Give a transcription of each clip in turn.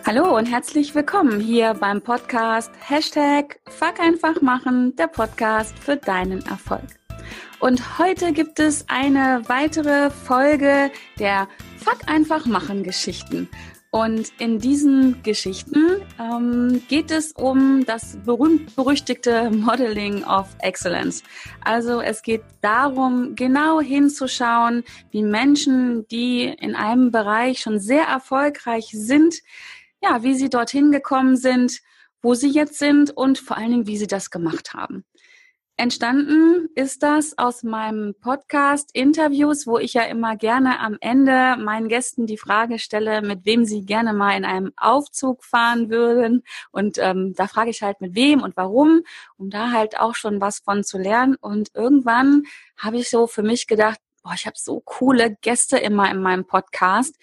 Hallo und herzlich willkommen hier beim Podcast Fuck einfach machen, der Podcast für deinen Erfolg. Und heute gibt es eine weitere Folge der Fuck einfach machen Geschichten. Und in diesen Geschichten geht es um das berühmt-berüchtigte Modeling of Excellence. Also es geht darum, genau hinzuschauen, wie Menschen, die in einem Bereich schon sehr erfolgreich sind, ja, wie sie dorthin gekommen sind, wo sie jetzt sind und vor allen Dingen, wie sie das gemacht haben. Entstanden ist das aus meinem Podcast Interviews, wo ich ja immer gerne am Ende meinen Gästen die Frage stelle, mit wem sie gerne mal in einem Aufzug fahren würden. Und da frage ich halt mit wem und warum, um da halt auch schon was von zu lernen. Und irgendwann habe ich so für mich gedacht, boah, ich habe so coole Gäste immer in meinem Podcast.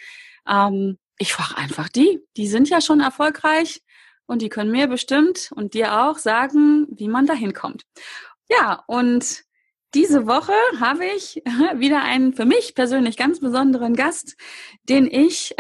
Ich frage einfach die sind ja schon erfolgreich und die können mir bestimmt und dir auch sagen, wie man da hinkommt. Ja, und diese Woche habe ich wieder einen für mich persönlich ganz besonderen Gast, den ich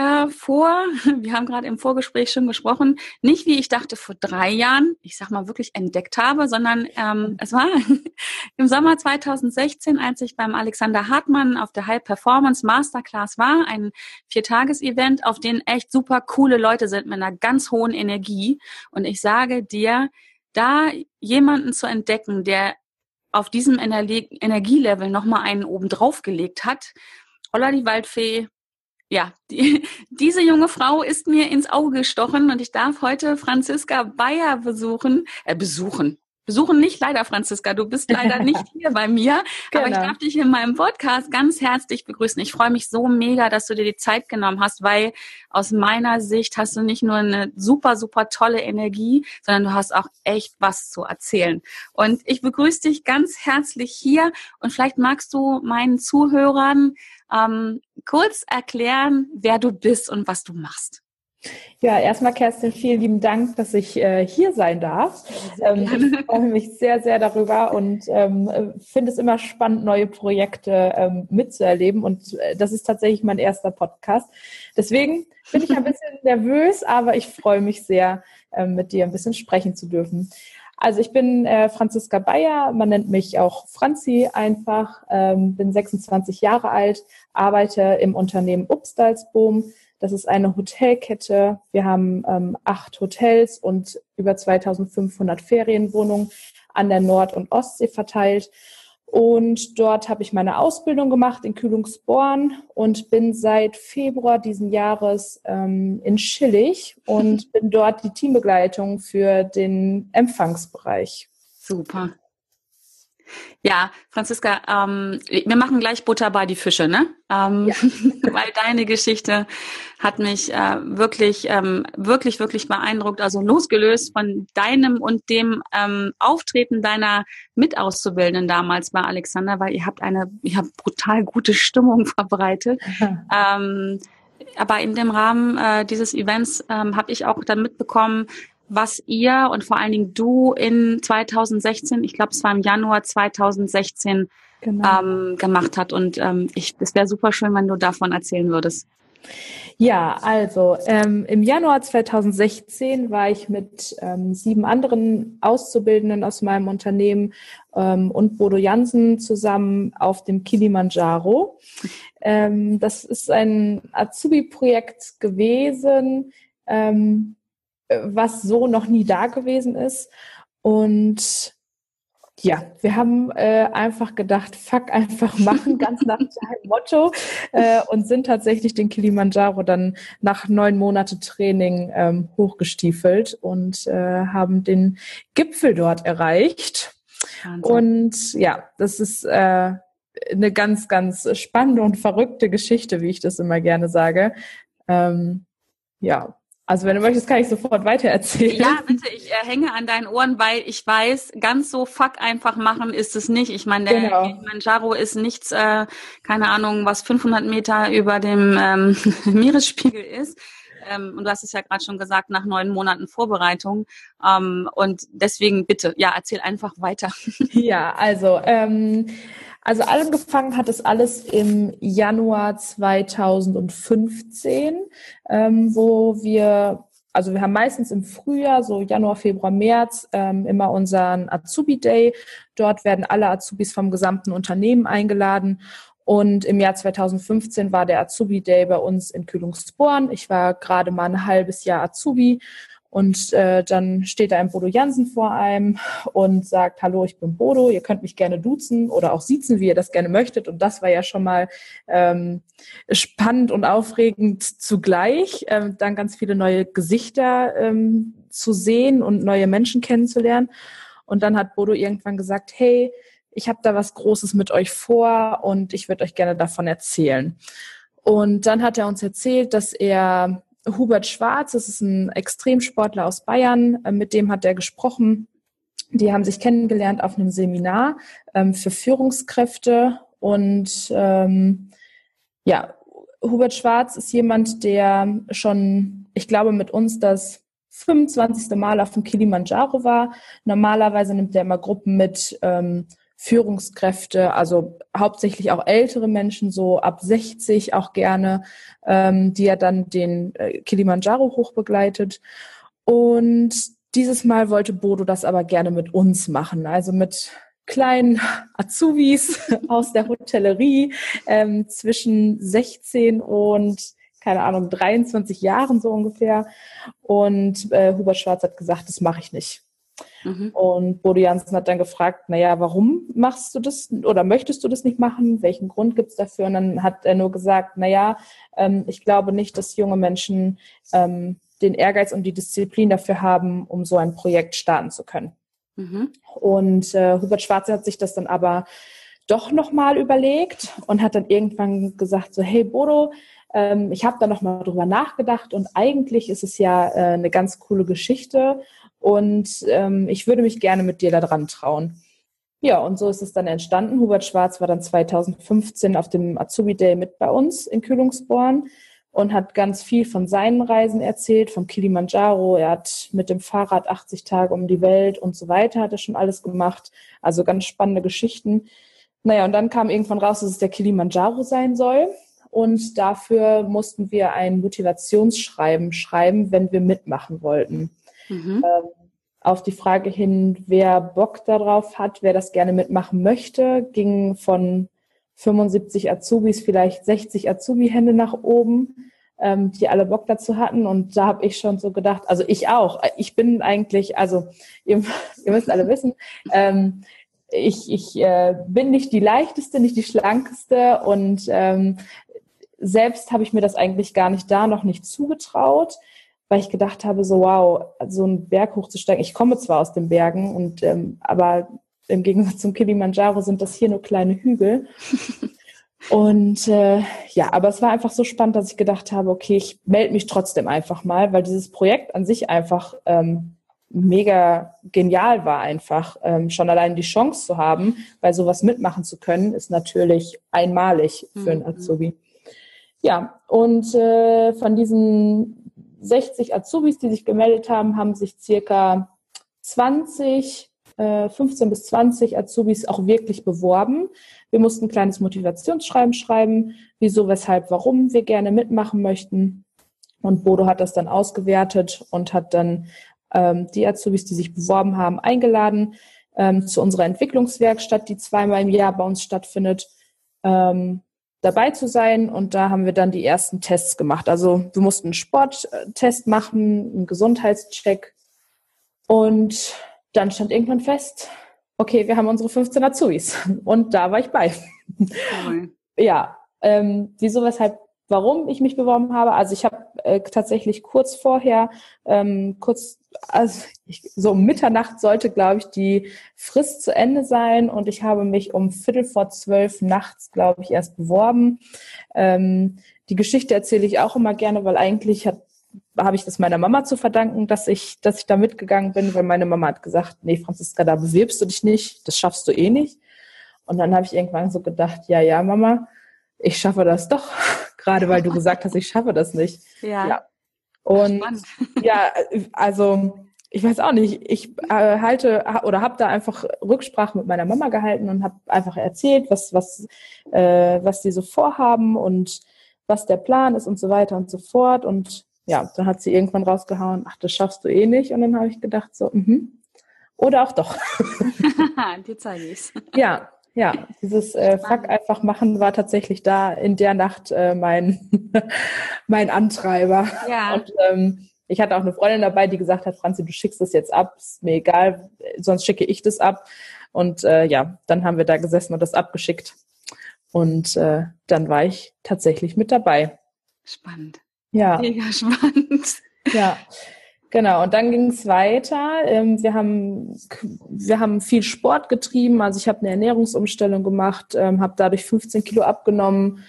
wir haben gerade im Vorgespräch schon gesprochen, nicht wie ich dachte vor 3 Jahren, ich sag mal wirklich entdeckt habe, sondern es war im Sommer 2016, als ich beim Alexander Hartmann auf der High Performance Masterclass war, ein 4-Tages-Event, auf dem echt super coole Leute sind mit einer ganz hohen Energie. Und ich sage dir, da jemanden zu entdecken, der auf diesem Energielevel nochmal einen oben drauf gelegt hat, Holla die Waldfee, ja, diese junge Frau ist mir ins Auge gestochen und ich darf heute Franziska Beyer besuchen. Besuchen nicht leider, Franziska, du bist leider nicht hier bei mir, genau. Aber ich darf dich in meinem Podcast ganz herzlich begrüßen. Ich freue mich so mega, dass du dir die Zeit genommen hast, weil aus meiner Sicht hast du nicht nur eine super, super tolle Energie, sondern du hast auch echt was zu erzählen. Und ich begrüße dich ganz herzlich hier und vielleicht magst du meinen Zuhörern kurz erklären, wer du bist und was du machst. Ja, erstmal, Kerstin, vielen lieben Dank, dass ich hier sein darf. Ich freue mich sehr, sehr darüber und finde es immer spannend, neue Projekte mitzuerleben. Und das ist tatsächlich mein erster Podcast. Deswegen bin ich ein bisschen nervös, aber ich freue mich sehr, mit dir ein bisschen sprechen zu dürfen. Also ich bin Franziska Beyer, man nennt mich auch Franzi einfach, bin 26 Jahre alt, arbeite im Unternehmen Upstalsboom. Das ist eine Hotelkette. Wir haben 8 Hotels und über 2500 Ferienwohnungen an der Nord- und Ostsee verteilt. Und dort habe ich meine Ausbildung gemacht in Kühlungsborn und bin seit Februar diesen Jahres in Schillig und bin dort die Teambegleitung für den Empfangsbereich. Super. Ja, Franziska, wir machen gleich Butter bei die Fische, ne? Ja. Weil deine Geschichte hat mich wirklich beeindruckt. Also losgelöst von deinem und dem Auftreten deiner Mitauszubildenden damals bei Alexander, weil ihr habt brutal gute Stimmung verbreitet. Aber in dem Rahmen dieses Events habe ich auch dann mitbekommen, was ihr und vor allen Dingen du in 2016, ich glaube es war im Januar 2016, genau. Gemacht hat. Und es wäre super schön, wenn du davon erzählen würdest. Ja, also im Januar 2016 war ich mit 7 anderen Auszubildenden aus meinem Unternehmen und Bodo Jansen zusammen auf dem Kilimanjaro. Das ist ein Azubi-Projekt gewesen, was so noch nie da gewesen ist. Und ja, wir haben einfach gedacht, fuck, einfach machen, ganz nach deinem Motto und sind tatsächlich den Kilimanjaro dann nach 9 Monate Training hochgestiefelt und haben den Gipfel dort erreicht. Wahnsinn. Und ja, das ist eine ganz, ganz spannende und verrückte Geschichte, wie ich das immer gerne sage. Ja. Also wenn du möchtest, kann ich sofort weitererzählen. Ja, bitte, ich hänge an deinen Ohren, weil ich weiß, ganz so fuck einfach machen ist es nicht. Ich meine, der Kilimanjaro ist nichts, keine Ahnung, was 500 Meter über dem Meeresspiegel ist. Und du hast es ja gerade schon gesagt, nach 9 Monaten Vorbereitung. Und deswegen bitte, ja, erzähl einfach weiter. Ja, also angefangen hat es alles im Januar 2015, wo wir also wir haben meistens im Frühjahr, so Januar, Februar, März, immer unseren Azubi-Day. Dort werden alle Azubis vom gesamten Unternehmen eingeladen. Und im Jahr 2015 war der Azubi-Day bei uns in Kühlungsborn. Ich war gerade mal ein halbes Jahr Azubi. Und dann steht da ein Bodo Jansen vor einem und sagt, hallo, ich bin Bodo, ihr könnt mich gerne duzen oder auch siezen, wie ihr das gerne möchtet. Und das war ja schon mal spannend und aufregend zugleich, dann ganz viele neue Gesichter zu sehen und neue Menschen kennenzulernen. Und dann hat Bodo irgendwann gesagt, hey, ich habe da was Großes mit euch vor und ich würde euch gerne davon erzählen. Und dann hat er uns erzählt, dass er Hubert Schwarz, das ist ein Extremsportler aus Bayern, mit dem hat er gesprochen. Die haben sich kennengelernt auf einem Seminar für Führungskräfte. Und Hubert Schwarz ist jemand, der schon, ich glaube, mit uns das 25. Mal auf dem Kilimanjaro war. Normalerweise nimmt er immer Gruppen mit Führungskräfte, also hauptsächlich auch ältere Menschen, so ab 60 auch gerne, die er dann den Kilimanjaro hochbegleitet. Und dieses Mal wollte Bodo das aber gerne mit uns machen, also mit kleinen Azubis aus der Hotellerie zwischen 16 und, keine Ahnung, 23 Jahren so ungefähr. Und Hubert Schwarz hat gesagt, das mache ich nicht. Und Bodo Jansen hat dann gefragt, naja, warum machst du das oder möchtest du das nicht machen? Welchen Grund gibt es dafür? Und dann hat er nur gesagt, naja, ich glaube nicht, dass junge Menschen den Ehrgeiz und die Disziplin dafür haben, um so ein Projekt starten zu können. Und Hubert Schwarz hat sich das dann aber doch nochmal überlegt und hat dann irgendwann gesagt, so, hey Bodo, ich habe da nochmal drüber nachgedacht und eigentlich ist es ja eine ganz coole Geschichte. Und ich würde mich gerne mit dir da dran trauen. Ja, und so ist es dann entstanden. Hubert Schwarz war dann 2015 auf dem Azubi Day mit bei uns in Kühlungsborn und hat ganz viel von seinen Reisen erzählt, vom Kilimanjaro. Er hat mit dem Fahrrad 80 Tage um die Welt und so weiter, hat er schon alles gemacht. Also ganz spannende Geschichten. Naja, und dann kam irgendwann raus, dass es der Kilimanjaro sein soll. Und dafür mussten wir ein Motivationsschreiben schreiben, wenn wir mitmachen wollten. Auf die Frage hin, wer Bock darauf hat, wer das gerne mitmachen möchte, ging von 75 Azubis vielleicht 60 Azubi-Hände nach oben, die alle Bock dazu hatten. Und da habe ich schon so gedacht, also ich auch. Ich bin eigentlich, also ihr müsst alle wissen, ich bin nicht die leichteste, nicht die schlankeste und selbst habe ich mir das eigentlich gar nicht noch nicht zugetraut, weil ich gedacht habe, so wow, so einen Berg hochzusteigen. Ich komme zwar aus den Bergen, und aber im Gegensatz zum Kilimanjaro sind das hier nur kleine Hügel. Und aber es war einfach so spannend, dass ich gedacht habe, okay, ich melde mich trotzdem einfach mal, weil dieses Projekt an sich einfach mega genial war einfach. Schon allein die Chance zu haben, bei sowas mitmachen zu können, ist natürlich einmalig für einen Azubi. Ja, und von diesen 60 Azubis, die sich gemeldet haben, haben sich circa 15 bis 20 Azubis auch wirklich beworben. Wir mussten ein kleines Motivationsschreiben schreiben, wieso, weshalb, warum wir gerne mitmachen möchten. Und Bodo hat das dann ausgewertet und hat dann die Azubis, die sich beworben haben, eingeladen zu unserer Entwicklungswerkstatt, die 2-mal im Jahr bei uns stattfindet, dabei zu sein. Und da haben wir dann die ersten Tests gemacht. Also wir mussten einen Sporttest machen, einen Gesundheitscheck. Und dann stand irgendwann fest, okay, wir haben unsere 15 Azubis. Und da war ich bei. Cool. Ja, wieso, weshalb, warum ich mich beworben habe. Also ich habe tatsächlich kurz vorher, so um Mitternacht sollte, glaube ich, die Frist zu Ende sein, und ich habe mich um 11:45 nachts, glaube ich, erst beworben. Die Geschichte erzähle ich auch immer gerne, weil eigentlich habe ich das meiner Mama zu verdanken, dass ich da mitgegangen bin, weil meine Mama hat gesagt, nee, Franziska, da bewirbst du dich nicht, das schaffst du eh nicht. Und dann habe ich irgendwann so gedacht, ja, Mama, ich schaffe das doch, gerade weil du gesagt hast, ich schaffe das nicht. Ja. Und ja, also ich weiß auch nicht, ich habe da einfach Rücksprache mit meiner Mama gehalten und habe einfach erzählt, was die so vorhaben und was der Plan ist und so weiter und so fort. Und ja, dann hat sie irgendwann rausgehauen, ach, das schaffst du eh nicht. Und dann habe ich gedacht so, oder auch doch. Dir zeige ich's. Ja, dieses Fuck einfach machen war tatsächlich da in der Nacht mein Antreiber. Ja. Und ich hatte auch eine Freundin dabei, die gesagt hat, Franzi, du schickst das jetzt ab, ist mir egal, sonst schicke ich das ab. Und dann haben wir da gesessen und das abgeschickt. Und dann war ich tatsächlich mit dabei. Spannend. Ja. Mega spannend. Ja. Genau, und dann ging es weiter. Wir haben viel Sport getrieben. Also ich habe eine Ernährungsumstellung gemacht, habe dadurch 15 Kilo abgenommen.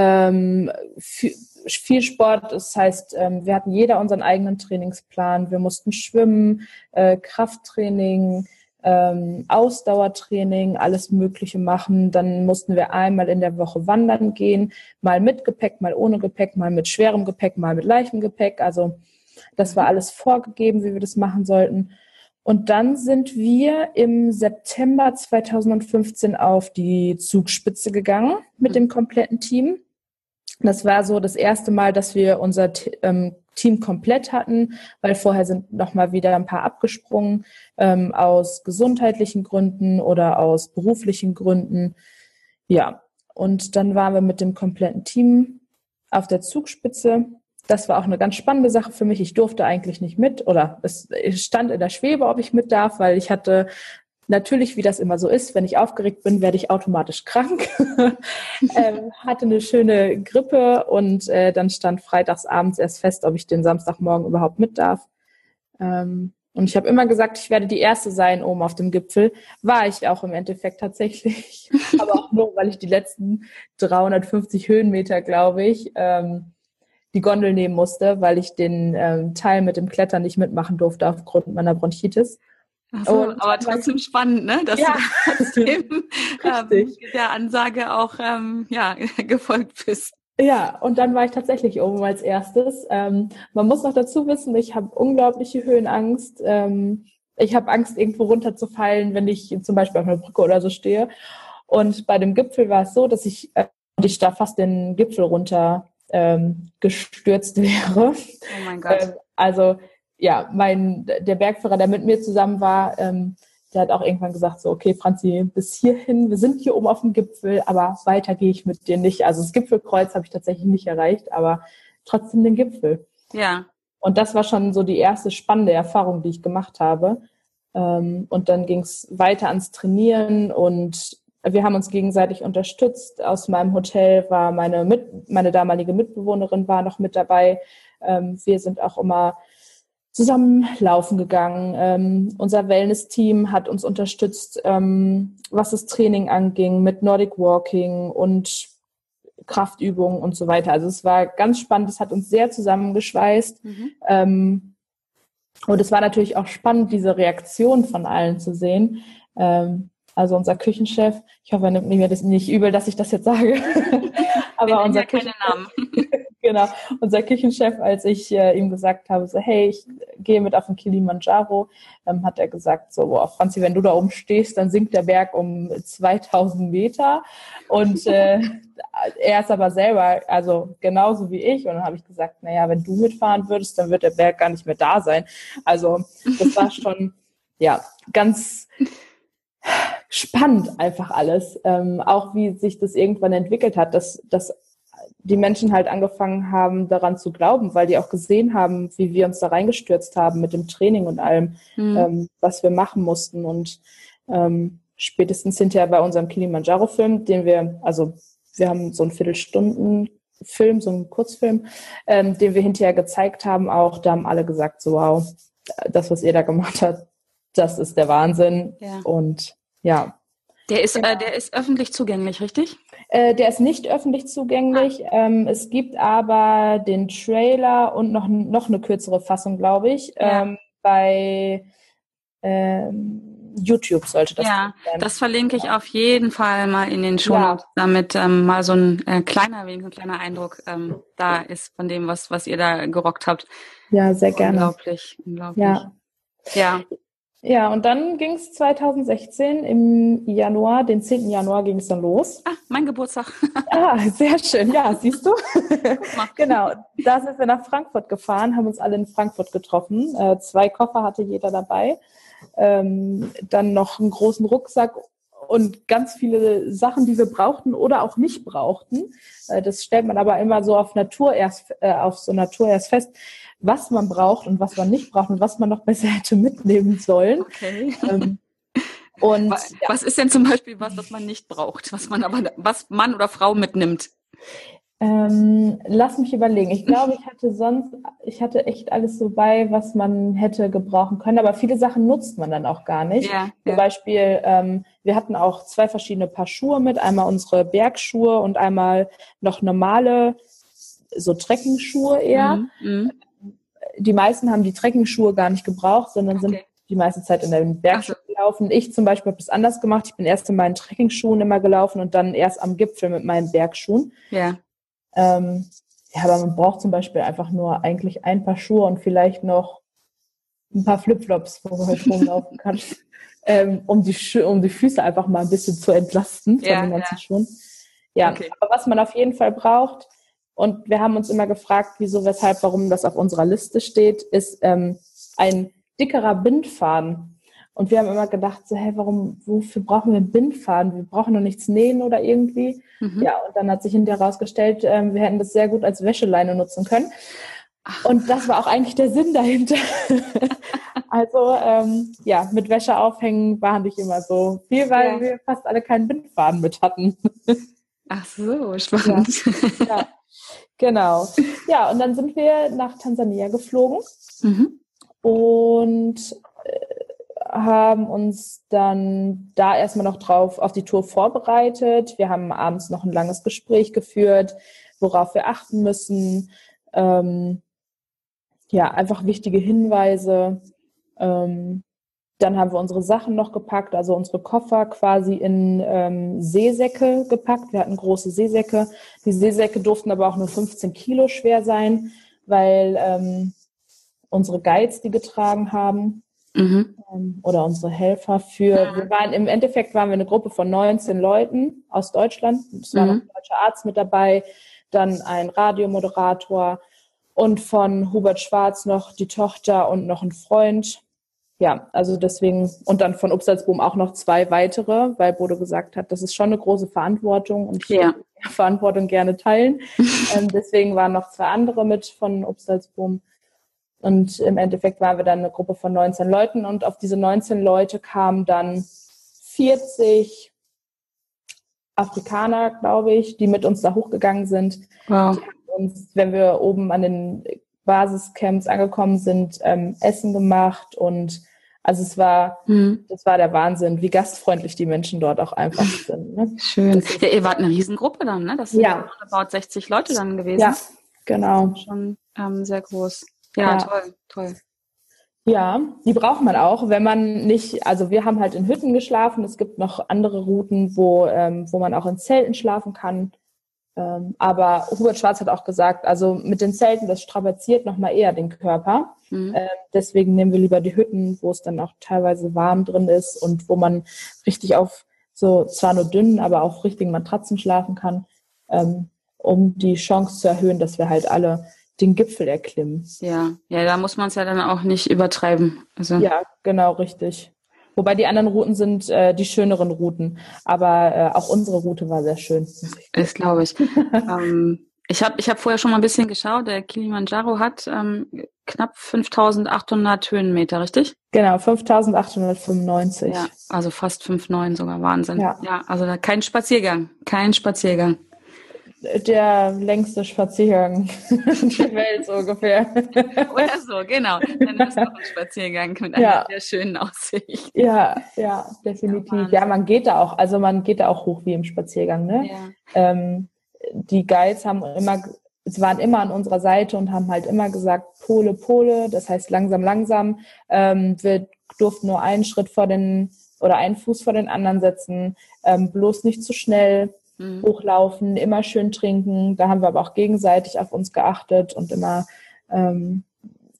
Viel Sport, das heißt, wir hatten jeder unseren eigenen Trainingsplan. Wir mussten schwimmen, Krafttraining, Ausdauertraining, alles Mögliche machen. Dann mussten wir einmal in der Woche wandern gehen, mal mit Gepäck, mal ohne Gepäck, mal mit schwerem Gepäck, mal mit leichtem Gepäck. Also das war alles vorgegeben, wie wir das machen sollten. Und dann sind wir im September 2015 auf die Zugspitze gegangen mit dem kompletten Team. Das war so das erste Mal, dass wir unser Team komplett hatten, weil vorher sind noch mal wieder ein paar abgesprungen, aus gesundheitlichen Gründen oder aus beruflichen Gründen. Ja, und dann waren wir mit dem kompletten Team auf der Zugspitze. Das war auch eine ganz spannende Sache für mich. Ich durfte eigentlich nicht mit oder es stand in der Schwebe, ob ich mit darf, weil ich hatte natürlich, wie das immer so ist, wenn ich aufgeregt bin, werde ich automatisch krank. Hatte eine schöne Grippe und dann stand freitags abends erst fest, ob ich den Samstagmorgen überhaupt mit darf. Und ich habe immer gesagt, ich werde die Erste sein oben auf dem Gipfel. War ich auch im Endeffekt tatsächlich. Aber auch nur, weil ich die letzten 350 Höhenmeter, glaube ich, die Gondel nehmen musste, weil ich den Teil mit dem Klettern nicht mitmachen durfte aufgrund meiner Bronchitis. Ach so, aber trotzdem spannend, ne? Dass ja, du trotzdem der Ansage auch gefolgt bist. Ja, und dann war ich tatsächlich oben als erstes. Man muss noch dazu wissen, ich habe unglaubliche Höhenangst. Ich habe Angst, irgendwo runterzufallen, wenn ich zum Beispiel auf einer Brücke oder so stehe. Und bei dem Gipfel war es so, dass ich da fast den Gipfel runter gestürzt wäre. Oh mein Gott. Also ja, der Bergführer, der mit mir zusammen war, der hat auch irgendwann gesagt, so, okay, Franzi, bis hierhin, wir sind hier oben auf dem Gipfel, aber weiter gehe ich mit dir nicht. Also das Gipfelkreuz habe ich tatsächlich nicht erreicht, aber trotzdem den Gipfel. Ja. Und das war schon so die erste spannende Erfahrung, die ich gemacht habe. Und dann ging es weiter ans Trainieren und wir haben uns gegenseitig unterstützt. Aus meinem Hotel war meine damalige Mitbewohnerin war noch mit dabei. Wir sind auch immer zusammen laufen gegangen. Unser Wellness-Team hat uns unterstützt, was das Training anging, mit Nordic Walking und Kraftübungen und so weiter. Also es war ganz spannend, es hat uns sehr zusammengeschweißt. Und es war natürlich auch spannend, diese Reaktion von allen zu sehen. Also unser Küchenchef, ich hoffe, er nimmt mir das nicht übel, dass ich das jetzt sage. Aber unser keine Namen. Genau, unser Küchenchef, als ich ihm gesagt habe, so hey, ich gehe mit auf den Kilimanjaro, hat er gesagt, so, boah, Franzi, wenn du da oben stehst, dann sinkt der Berg um 2000 Meter und er ist aber selber, also genauso wie ich und dann habe ich gesagt, naja, wenn du mitfahren würdest, dann wird der Berg gar nicht mehr da sein. Also das war schon, ja, ganz spannend einfach alles, auch wie sich das irgendwann entwickelt hat, dass die Menschen halt angefangen haben, daran zu glauben, weil die auch gesehen haben, wie wir uns da reingestürzt haben mit dem Training und allem, was wir machen mussten. Und spätestens hinterher bei unserem Kilimanjaro-Film, wir haben so einen Viertelstunden-Film, so einen Kurzfilm, den wir hinterher gezeigt haben auch, da haben alle gesagt, so wow, das, was ihr da gemacht habt, das ist der Wahnsinn. Ja. Und ja. Der ist öffentlich zugänglich, richtig? Der ist nicht öffentlich zugänglich. Es gibt aber den Trailer und noch eine kürzere Fassung, glaube ich. Ja. Bei YouTube sollte das sein. Ja, das verlinke ich auf jeden Fall mal in den Shownotes, damit mal so ein kleiner Eindruck da ist von dem, was ihr da gerockt habt. Ja, sehr gerne. Unglaublich. Ja. Ja, und dann ging es 2016 im Januar, den 10. Januar ging es dann los. Ah, mein Geburtstag. Ah, sehr schön. Ja, siehst du? Guck mal. Genau. Da sind wir nach Frankfurt gefahren, haben uns alle in Frankfurt getroffen. 2 Koffer hatte jeder dabei. Dann noch einen großen Rucksack und ganz viele Sachen, die wir brauchten oder auch nicht brauchten. Das stellt man aber immer so auf Natur erst fest, was man braucht und was man nicht braucht und was man noch besser hätte mitnehmen sollen. Okay. Und was ist denn zum Beispiel was man nicht braucht, was Mann oder Frau mitnimmt? Lass mich überlegen. Ich glaube, ich hatte echt alles so bei, was man hätte gebrauchen können, aber viele Sachen nutzt man dann auch gar nicht. Ja, Zum Beispiel, wir hatten auch 2 verschiedene Paar Schuhe mit, einmal unsere Bergschuhe und einmal noch normale, so Trekkingschuhe eher. Die meisten haben die Trekkingschuhe gar nicht gebraucht, sondern sind die meiste Zeit in den Bergschuhen gelaufen. Ich zum Beispiel habe das anders gemacht. Ich bin erst in meinen Trekkingschuhen immer gelaufen und dann erst am Gipfel mit meinen Bergschuhen. Ja. Aber man braucht zum Beispiel einfach nur eigentlich ein Paar Schuhe und vielleicht noch ein paar Flipflops, wo man halt rumlaufen kann, um die Füße einfach mal ein bisschen zu entlasten von den ganzen Schuhen. Ja, aber was man auf jeden Fall braucht, und wir haben uns immer gefragt, wieso, weshalb, warum das auf unserer Liste steht, ist ein dickerer Bindfaden. Und wir haben immer gedacht, so, wofür brauchen wir einen Bindfaden? Wir brauchen doch nichts nähen oder irgendwie. Ja, und dann hat sich hinterher herausgestellt, wir hätten das sehr gut als Wäscheleine nutzen können. Und das war auch eigentlich der Sinn dahinter. Also, mit Wäsche aufhängen war nicht immer so viel, weil wir fast alle keinen Bindfaden mit hatten. Ach so, spannend. Ja, genau. Ja, und dann sind wir nach Tansania geflogen und haben uns dann da erstmal noch drauf auf die Tour vorbereitet. Wir haben abends noch ein langes Gespräch geführt, worauf wir achten müssen. Einfach wichtige Hinweise. Dann haben wir unsere Sachen noch gepackt, also unsere Koffer quasi in Seesäcke gepackt. Wir hatten große Seesäcke. Die Seesäcke durften aber auch nur 15 Kilo schwer sein, weil unsere Guides die getragen haben. Oder unsere Helfer im Endeffekt waren wir eine Gruppe von 19 Leuten aus Deutschland. Es war noch ein deutscher Arzt mit dabei, dann ein Radiomoderator und von Hubert Schwarz noch die Tochter und noch ein Freund. Ja, also deswegen, und dann von Upsalzboom auch noch 2 weitere, weil Bodo gesagt hat, das ist schon eine große Verantwortung und ich würde die Verantwortung gerne teilen. Deswegen waren noch 2 andere mit von Upsalzboom. Und im Endeffekt waren wir dann eine Gruppe von 19 Leuten und auf diese 19 Leute kamen dann 40 Afrikaner, glaube ich, die mit uns da hochgegangen sind. Wow. Die haben uns, wenn wir oben an den Basiscamps angekommen sind, Essen gemacht und also das war der Wahnsinn, wie gastfreundlich die Menschen dort auch einfach sind. Ne? Schön. Ja, ihr wart eine Riesengruppe dann, ne? Das sind about 60 Leute dann gewesen. Ja, genau. Schon sehr groß. Ja, toll. Ja, die braucht man auch, wenn man nicht, also wir haben halt in Hütten geschlafen, es gibt noch andere Routen, wo man auch in Zelten schlafen kann, aber Hubert Schwarz hat auch gesagt, also mit den Zelten, das strapaziert nochmal eher den Körper, deswegen nehmen wir lieber die Hütten, wo es dann auch teilweise warm drin ist und wo man richtig auf so zwar nur dünnen, aber auf richtigen Matratzen schlafen kann, um die Chance zu erhöhen, dass wir halt alle den Gipfel erklimmen. Ja, da muss man es ja dann auch nicht übertreiben. Also. Ja, genau, richtig. Wobei die anderen Routen sind die schöneren Routen. Aber auch unsere Route war sehr schön. Das glaube ich. Ich hab vorher schon mal ein bisschen geschaut. Der Kilimanjaro hat knapp 5.800 Höhenmeter, richtig? Genau, 5.895. Ja, also fast 5,9 sogar. Wahnsinn. Ja, also kein Spaziergang. Der längste Spaziergang der Welt so ungefähr. Oder so, genau. Dann ist noch ein Spaziergang mit einer sehr schönen Aussicht. Ja, definitiv. Ja, man geht da auch hoch wie im Spaziergang. Ne? Ja. Die Guides waren immer an unserer Seite und haben halt immer gesagt, Pole, das heißt langsam. Wir durften nur einen Fuß vor den anderen setzen, bloß nicht zu schnell. Hochlaufen, immer schön trinken. Da haben wir aber auch gegenseitig auf uns geachtet und immer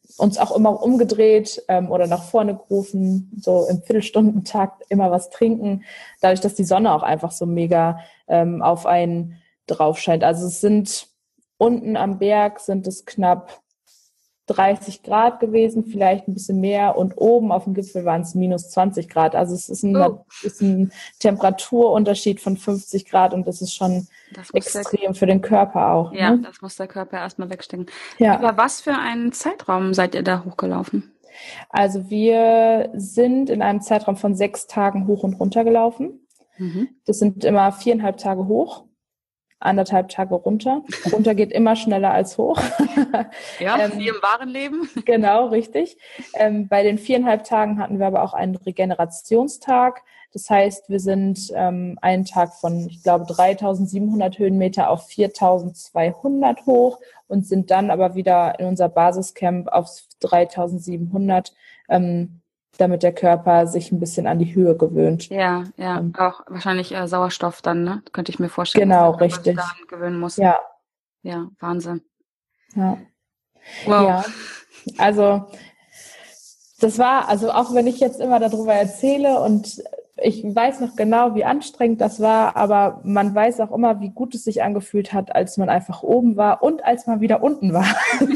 uns auch immer umgedreht oder nach vorne gerufen, so im Viertelstundentakt immer was trinken, dadurch, dass die Sonne auch einfach so mega auf einen drauf scheint. Also es sind unten am Berg sind es knapp 30 Grad gewesen, vielleicht ein bisschen mehr, und oben auf dem Gipfel waren es minus 20 Grad. Also es ist ein Temperaturunterschied von 50 Grad und das ist schon extrem für den Körper auch. Ja, ne? das muss der Körper erstmal wegstecken. Ja. Über was für einen Zeitraum seid ihr da hochgelaufen? Also wir sind in einem Zeitraum von 6 Tagen hoch und runter gelaufen. Das sind immer 4,5 Tage hoch, 1,5 Tage runter. Runter geht immer schneller als hoch. Ja, wie im wahren Leben. Genau, richtig. Bei den 4,5 Tagen hatten wir aber auch einen Regenerationstag. Das heißt, wir sind einen Tag von, ich glaube, 3.700 Höhenmeter auf 4.200 hoch und sind dann aber wieder in unser Basiscamp auf 3.700, damit der Körper sich ein bisschen an die Höhe gewöhnt. Ja, auch wahrscheinlich Sauerstoff dann, ne? Könnte ich mir vorstellen, Genau, dass der Körper sich richtig. daran gewöhnen muss. Ja. Ja, Wahnsinn. Ja. Wow. Ja, also das war, also auch wenn ich jetzt immer darüber erzähle und ich weiß noch genau, wie anstrengend das war, aber man weiß auch immer, wie gut es sich angefühlt hat, als man einfach oben war und als man wieder unten war.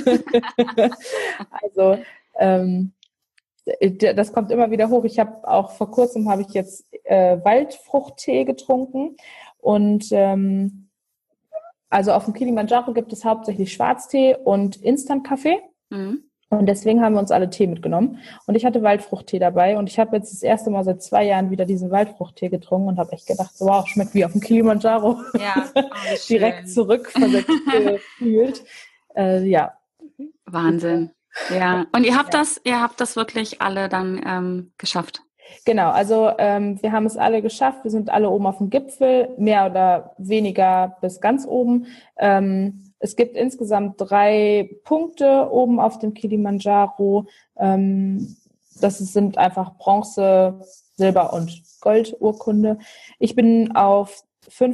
Also das kommt immer wieder hoch. Ich habe auch vor kurzem jetzt Waldfruchttee getrunken und also auf dem Kilimanjaro gibt es hauptsächlich Schwarztee und Instant-Kaffee. Und deswegen haben wir uns alle Tee mitgenommen. Und ich hatte Waldfruchttee dabei. Und ich habe jetzt das erste Mal seit 2 Jahren wieder diesen Waldfruchttee getrunken und habe echt gedacht, so, wow, schmeckt wie auf dem Kilimanjaro. Ja, direkt zurückversetzt gefühlt. Ja. Wahnsinn. Ja. Und ihr habt das wirklich alle dann geschafft? Genau, also wir haben es alle geschafft. Wir sind alle oben auf dem Gipfel, mehr oder weniger bis ganz oben. Es gibt insgesamt 3 Punkte oben auf dem Kilimanjaro. Sind einfach Bronze, Silber und Goldurkunde. Ich bin auf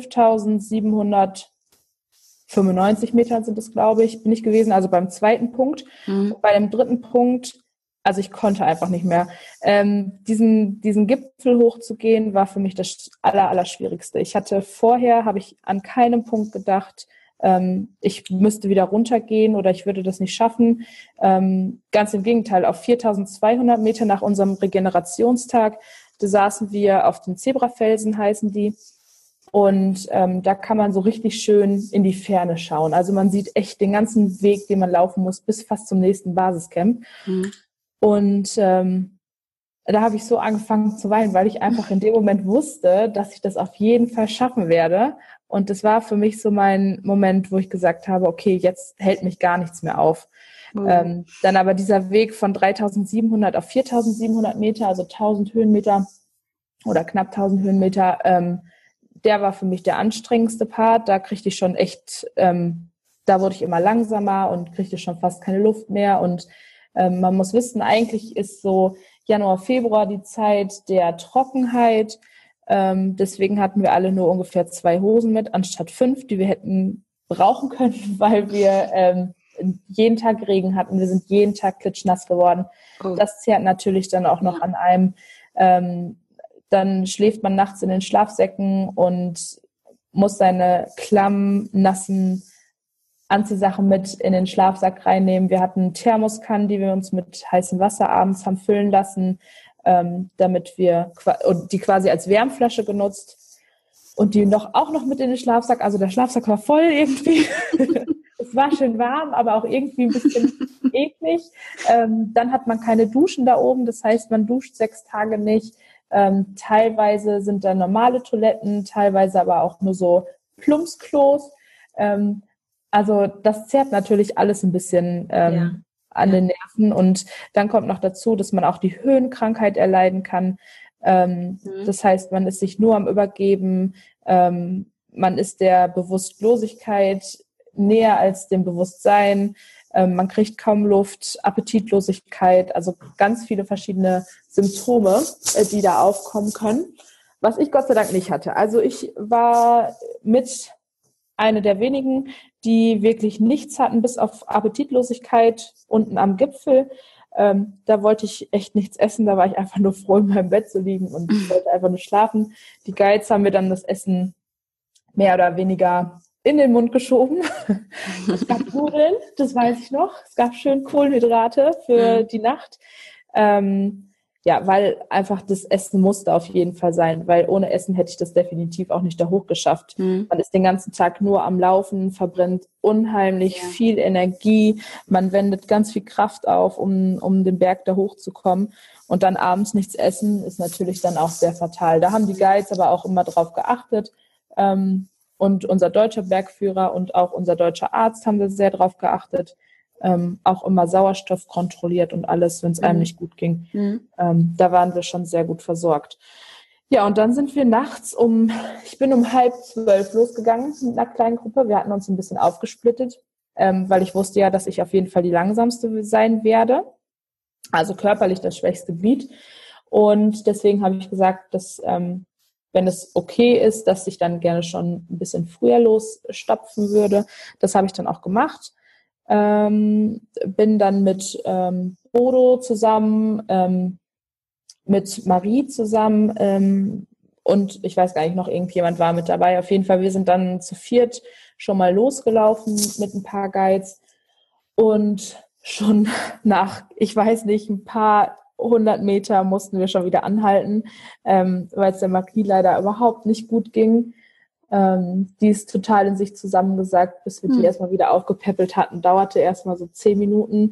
5.795 Metern sind es, glaube ich, bin ich gewesen, also beim 2. Punkt. Und bei dem 3. Punkt, also ich konnte einfach nicht mehr. Diesen Gipfel hochzugehen, war für mich das Allerschwierigste. Habe ich an keinem Punkt gedacht, ich müsste wieder runtergehen oder ich würde das nicht schaffen. Ganz im Gegenteil, auf 4.200 Meter nach unserem Regenerationstag, da saßen wir auf den Zebrafelsen, heißen die. Und da kann man so richtig schön in die Ferne schauen. Also man sieht echt den ganzen Weg, den man laufen muss, bis fast zum nächsten Basiscamp. Und da habe ich so angefangen zu weinen, weil ich einfach in dem Moment wusste, dass ich das auf jeden Fall schaffen werde. Und das war für mich so mein Moment, wo ich gesagt habe, okay, jetzt hält mich gar nichts mehr auf. Dann aber dieser Weg von 3.700 auf 4.700 Meter, also 1.000 Höhenmeter oder knapp 1.000 Höhenmeter, der war für mich der anstrengendste Part. Da kriegte ich schon echt, da wurde ich immer langsamer und kriegte schon fast keine Luft mehr. Und man muss wissen, eigentlich ist so Januar, Februar die Zeit der Trockenheit. Deswegen hatten wir alle nur ungefähr 2 Hosen mit, anstatt 5, die wir hätten brauchen können, weil wir jeden Tag Regen hatten. Wir sind jeden Tag klitschnass geworden. Das zehrt natürlich dann auch noch an einem. Dann schläft man nachts in den Schlafsäcken und muss seine klammen, nassen Anziehsachen mit in den Schlafsack reinnehmen. Wir hatten Thermoskannen, die wir uns mit heißem Wasser abends haben füllen lassen, damit wir die quasi als Wärmflasche genutzt und die auch noch mit in den Schlafsack. Also der Schlafsack war voll irgendwie. Es war schön warm, aber auch irgendwie ein bisschen eklig. Dann hat man keine Duschen da oben. Das heißt, man duscht 6 Tage nicht. Teilweise sind da normale Toiletten, teilweise aber auch nur so Plumpsklos. Also das zehrt natürlich alles ein bisschen an den Nerven. Und dann kommt noch dazu, dass man auch die Höhenkrankheit erleiden kann. Das heißt, man ist sich nur am Übergeben. Man ist der Bewusstlosigkeit näher als dem Bewusstsein. Man kriegt kaum Luft, Appetitlosigkeit, also ganz viele verschiedene Symptome, die da aufkommen können, was ich Gott sei Dank nicht hatte. Also ich war mit eine der wenigen, die wirklich nichts hatten, bis auf Appetitlosigkeit unten am Gipfel. Da wollte ich echt nichts essen, da war ich einfach nur froh, in meinem Bett zu liegen und wollte einfach nur schlafen. Die Guides haben mir dann das Essen mehr oder weniger in den Mund geschoben. Es gab Nudeln, das weiß ich noch. Es gab schön Kohlenhydrate für die Nacht. Ja, weil einfach das Essen musste auf jeden Fall sein, weil ohne Essen hätte ich das definitiv auch nicht da hochgeschafft. Man ist den ganzen Tag nur am Laufen, verbrennt unheimlich viel Energie, man wendet ganz viel Kraft auf, um den Berg da hochzukommen und dann abends nichts essen, ist natürlich dann auch sehr fatal. Da haben die Guides aber auch immer drauf geachtet und unser deutscher Bergführer und auch unser deutscher Arzt haben da sehr drauf geachtet. Auch immer Sauerstoff kontrolliert und alles, wenn es einem nicht gut ging. Da waren wir schon sehr gut versorgt. Ja, und dann sind wir nachts ich bin um 11:30 losgegangen mit einer kleinen Gruppe. Wir hatten uns ein bisschen aufgesplittet, weil ich wusste ja, dass ich auf jeden Fall die langsamste sein werde. Also körperlich das schwächste Glied. Und deswegen habe ich gesagt, dass wenn es okay ist, dass ich dann gerne schon ein bisschen früher losstapfen würde. Das habe ich dann auch gemacht. Bin dann mit Bodo zusammen, mit Marie zusammen und ich weiß gar nicht, noch irgendjemand war mit dabei. Auf jeden Fall, wir sind dann zu viert schon mal losgelaufen mit ein paar Guides und schon nach, ich weiß nicht, ein paar 100 Meter mussten wir schon wieder anhalten, weil es der Marie leider überhaupt nicht gut ging. Die ist total in sich zusammengesackt, bis wir die erstmal wieder aufgepäppelt hatten. Dauerte erstmal so 10 Minuten.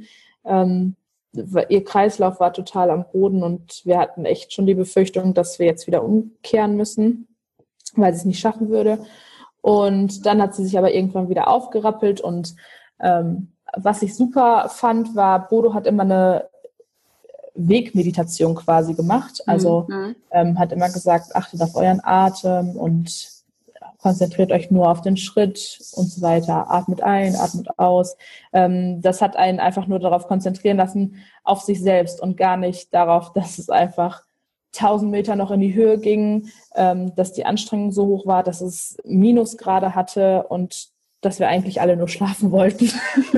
Ihr Kreislauf war total am Boden und wir hatten echt schon die Befürchtung, dass wir jetzt wieder umkehren müssen, weil sie es nicht schaffen würde. Und dann hat sie sich aber irgendwann wieder aufgerappelt und was ich super fand, war, Bodo hat immer eine Wegmeditation quasi gemacht. Also hat immer gesagt, achtet auf euren Atem und konzentriert euch nur auf den Schritt und so weiter. Atmet ein, atmet aus. Das hat einen einfach nur darauf konzentrieren lassen, auf sich selbst und gar nicht darauf, dass es einfach 1000 Meter noch in die Höhe ging, dass die Anstrengung so hoch war, dass es Minusgrade hatte und dass wir eigentlich alle nur schlafen wollten.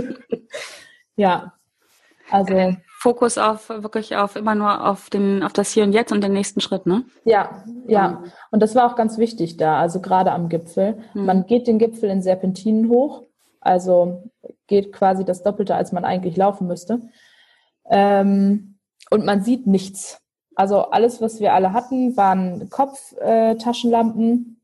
Ja, also Fokus immer nur auf das Hier und Jetzt und den nächsten Schritt, ne? Ja. Und das war auch ganz wichtig da, also gerade am Gipfel. Man geht den Gipfel in Serpentinen hoch, also geht quasi das Doppelte, als man eigentlich laufen müsste. Und man sieht nichts. Also alles, was wir alle hatten, waren Kopftaschenlampen,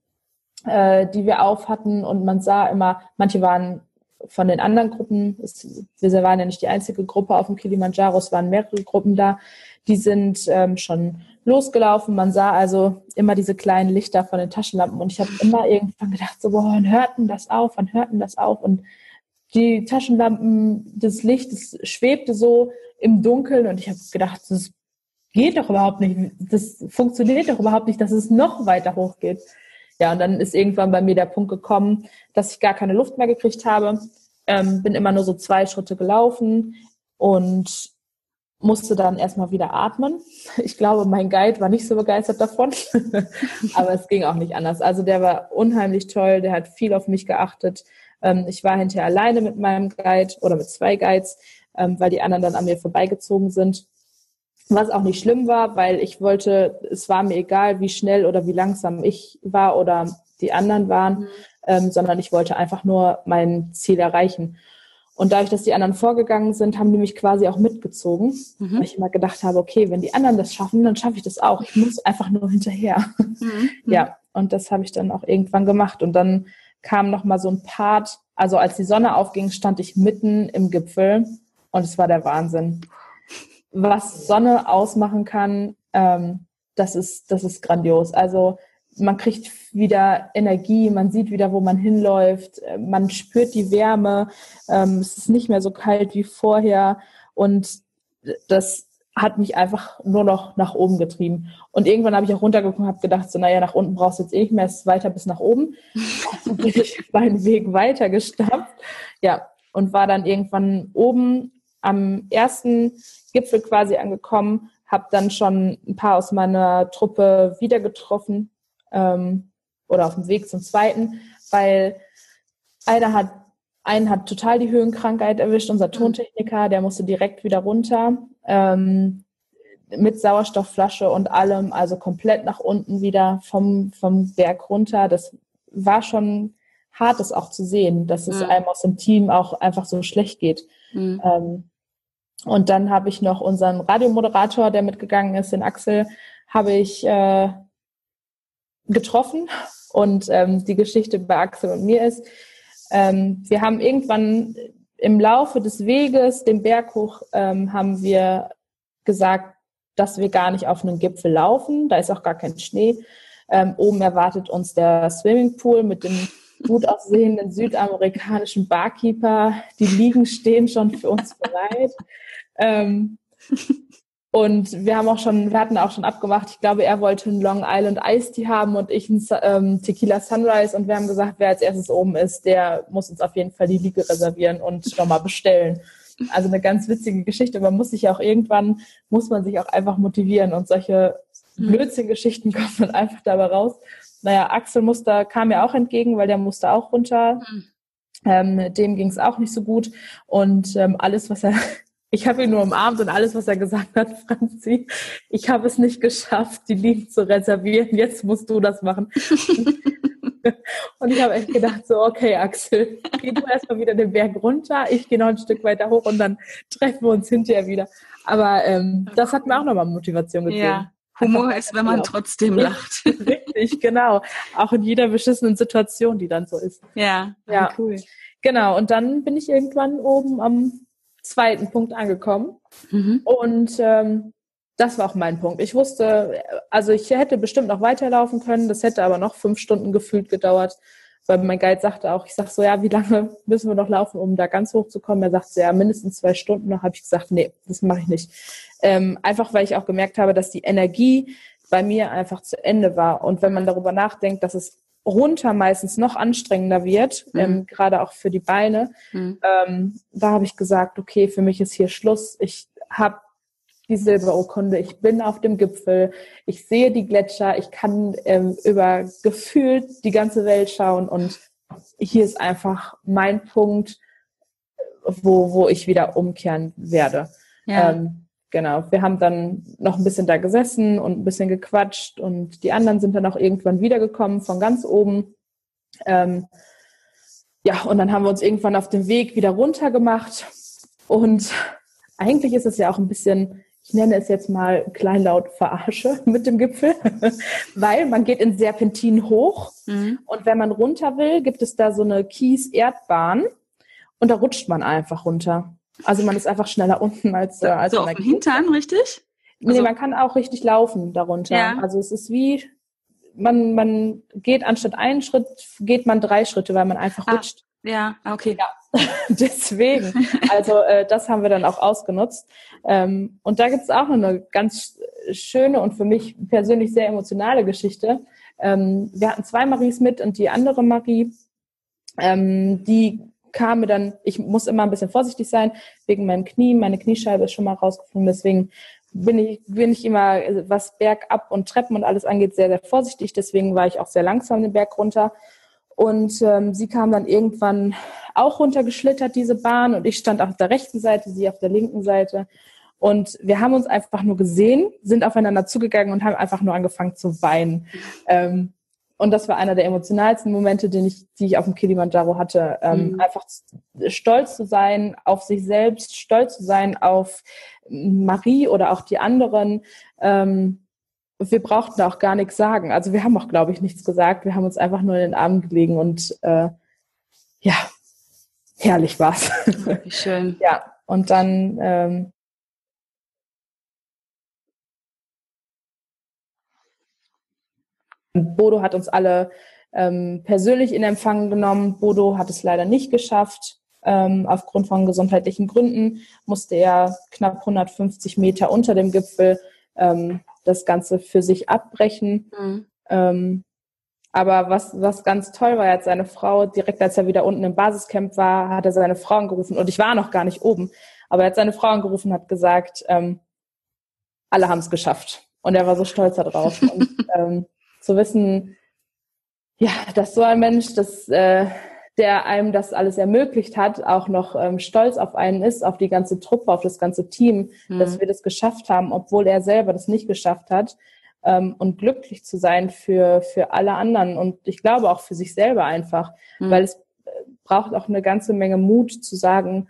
die wir auf hatten und man sah immer, manche waren von den anderen Gruppen, wir waren ja nicht die einzige Gruppe auf dem Kilimanjaro, es waren mehrere Gruppen da, die sind schon losgelaufen. Man sah also immer diese kleinen Lichter von den Taschenlampen und ich habe immer irgendwann gedacht, so, boah, wann hört denn das auf? Und die Taschenlampen, das Licht, das schwebte so im Dunkeln und ich habe gedacht, das geht doch überhaupt nicht, das funktioniert doch überhaupt nicht, dass es noch weiter hochgeht. Ja, und dann ist irgendwann bei mir der Punkt gekommen, dass ich gar keine Luft mehr gekriegt habe. Bin immer nur so 2 Schritte gelaufen und musste dann erstmal wieder atmen. Ich glaube, mein Guide war nicht so begeistert davon, aber es ging auch nicht anders. Also der war unheimlich toll, der hat viel auf mich geachtet. Ich war hinterher alleine mit meinem Guide oder mit 2 Guides, weil die anderen dann an mir vorbeigezogen sind. Was auch nicht schlimm war, weil es war mir egal, wie schnell oder wie langsam ich war oder die anderen waren, sondern ich wollte einfach nur mein Ziel erreichen. Und dadurch, dass die anderen vorgegangen sind, haben die mich quasi auch mitgezogen, weil ich immer gedacht habe, okay, wenn die anderen das schaffen, dann schaffe ich das auch. Ich muss einfach nur hinterher. Ja, und das habe ich dann auch irgendwann gemacht. Und dann kam nochmal so ein Part, also als die Sonne aufging, stand ich mitten im Gipfel und es war der Wahnsinn. Was Sonne ausmachen kann, das ist grandios. Also man kriegt wieder Energie, man sieht wieder, wo man hinläuft, man spürt die Wärme, es ist nicht mehr so kalt wie vorher und das hat mich einfach nur noch nach oben getrieben. Und irgendwann habe ich auch runtergeguckt und habe gedacht, so naja, nach unten brauchst du jetzt eh nicht mehr, es ist weiter bis nach oben. Also bin ich meinen Weg weiter gestapft. Ja, und war dann irgendwann oben am ersten Gipfel quasi angekommen, habe dann schon ein paar aus meiner Truppe wieder getroffen oder auf dem Weg zum zweiten, weil einen hat total die Höhenkrankheit erwischt, unser Tontechniker, der musste direkt wieder runter, mit Sauerstoffflasche und allem, also komplett nach unten wieder vom Berg runter. Das war schon hart, das auch zu sehen, dass es einem aus dem Team auch einfach so schlecht geht. Und dann habe ich noch unseren Radiomoderator, der mitgegangen ist, den Axel, habe ich getroffen. Und die Geschichte bei Axel und mir ist, wir haben irgendwann im Laufe des Weges, den Berg hoch, haben wir gesagt, dass wir gar nicht auf einen Gipfel laufen. Da ist auch gar kein Schnee. Oben erwartet uns der Swimmingpool mit dem gut aussehenden südamerikanischen Barkeeper. Die Liegen stehen schon für uns bereit. Und wir hatten auch schon abgemacht, ich glaube, er wollte einen Long Island Iced Tea haben und ich einen Tequila Sunrise. Und wir haben gesagt, wer als erstes oben ist, der muss uns auf jeden Fall die Liege reservieren und nochmal bestellen. Also eine ganz witzige Geschichte. Man muss sich auch einfach motivieren und solche Blödsinn-Geschichten kommen dann einfach dabei raus. Naja, Axel kam mir auch entgegen, weil der musste auch runter. Dem ging es auch nicht so gut. Und ich habe ihn nur umarmt und alles, was er gesagt hat, Franzi, ich habe es nicht geschafft, die Liegen zu reservieren. Jetzt musst du das machen. Und ich habe echt gedacht, so, okay, Axel, geh du erstmal wieder den Berg runter, ich gehe noch ein Stück weiter hoch und dann treffen wir uns hinterher wieder. Aber das hat mir auch nochmal Motivation gegeben. Ja, Humor ist, wenn man trotzdem lacht. Richtig, genau. Auch in jeder beschissenen Situation, die dann so ist. Ja, cool. Genau, und dann bin ich irgendwann oben am zweiten Punkt angekommen. Und das war auch mein Punkt. Ich wusste, also ich hätte bestimmt noch weiterlaufen können, das hätte aber noch 5 Stunden gefühlt gedauert, weil mein Guide sagte auch, ich sag so, ja, wie lange müssen wir noch laufen, um da ganz hoch zu kommen? Er sagte, ja, mindestens 2 Stunden. Noch habe ich gesagt, nee, das mache ich nicht. Einfach, weil ich auch gemerkt habe, dass die Energie bei mir einfach zu Ende war. Und wenn man darüber nachdenkt, dass es runter meistens noch anstrengender wird, gerade auch für die Beine, da habe ich gesagt, okay, für mich ist hier Schluss. Ich habe die Silberurkunde, ich bin auf dem Gipfel, ich sehe die Gletscher, ich kann über gefühlt die ganze Welt schauen und hier ist einfach mein Punkt, wo ich wieder umkehren werde. Ja. Genau, wir haben dann noch ein bisschen da gesessen und ein bisschen gequatscht und die anderen sind dann auch irgendwann wiedergekommen von ganz oben. Ja, und dann haben wir uns irgendwann auf dem Weg wieder runter gemacht und eigentlich ist es ja auch ein bisschen, ich nenne es jetzt mal kleinlaut Verarsche mit dem Gipfel, weil man geht in Serpentin hoch und wenn man runter will, gibt es da so eine Kies-Erdbahn und da rutscht man einfach runter. Also man ist einfach schneller unten als so auf dem Hintern, richtig? Nee, man kann auch richtig laufen darunter. Ja. Also es ist wie, man geht anstatt einen Schritt, geht man 3 Schritte, weil man einfach rutscht. Ja, okay. Ja, deswegen. Also das haben wir dann auch ausgenutzt. Und da gibt es auch noch eine ganz schöne und für mich persönlich sehr emotionale Geschichte. Wir hatten 2 Maries mit und die andere Marie, die kam mir dann, ich muss immer ein bisschen vorsichtig sein, wegen meinem Knie, meine Kniescheibe ist schon mal rausgeflogen, deswegen bin ich immer, was Bergab und Treppen und alles angeht, sehr, sehr vorsichtig, deswegen war ich auch sehr langsam den Berg runter und sie kam dann irgendwann auch runtergeschlittert, diese Bahn, und ich stand auf der rechten Seite, sie auf der linken Seite und wir haben uns einfach nur gesehen, sind aufeinander zugegangen und haben einfach nur angefangen zu weinen. Und das war einer der emotionalsten Momente, die ich auf dem Kilimanjaro hatte. Einfach stolz zu sein auf sich selbst, stolz zu sein auf Marie oder auch die anderen. Wir brauchten auch gar nichts sagen. Also wir haben auch, glaube ich, nichts gesagt. Wir haben uns einfach nur in den Armen gelegen und ja, herrlich war's. Wie schön. Ja, und dann Bodo hat uns alle persönlich in Empfang genommen. Bodo hat es leider nicht geschafft. Aufgrund von gesundheitlichen Gründen musste er knapp 150 Meter unter dem Gipfel das Ganze für sich abbrechen. Aber was ganz toll war, er hat seine Frau, direkt als er wieder unten im Basiscamp war, hat er seine Frau angerufen. Und ich war noch gar nicht oben. Aber er hat seine Frau angerufen und hat gesagt, alle haben es geschafft. Und er war so stolz darauf. Und zu wissen, ja, dass so ein Mensch das der einem das alles ermöglicht hat, auch noch stolz auf einen ist, auf die ganze Truppe, auf das ganze Team, dass wir das geschafft haben, obwohl er selber das nicht geschafft hat. Und glücklich zu sein für alle anderen und ich glaube auch für sich selber einfach, weil es braucht auch eine ganze Menge Mut zu sagen,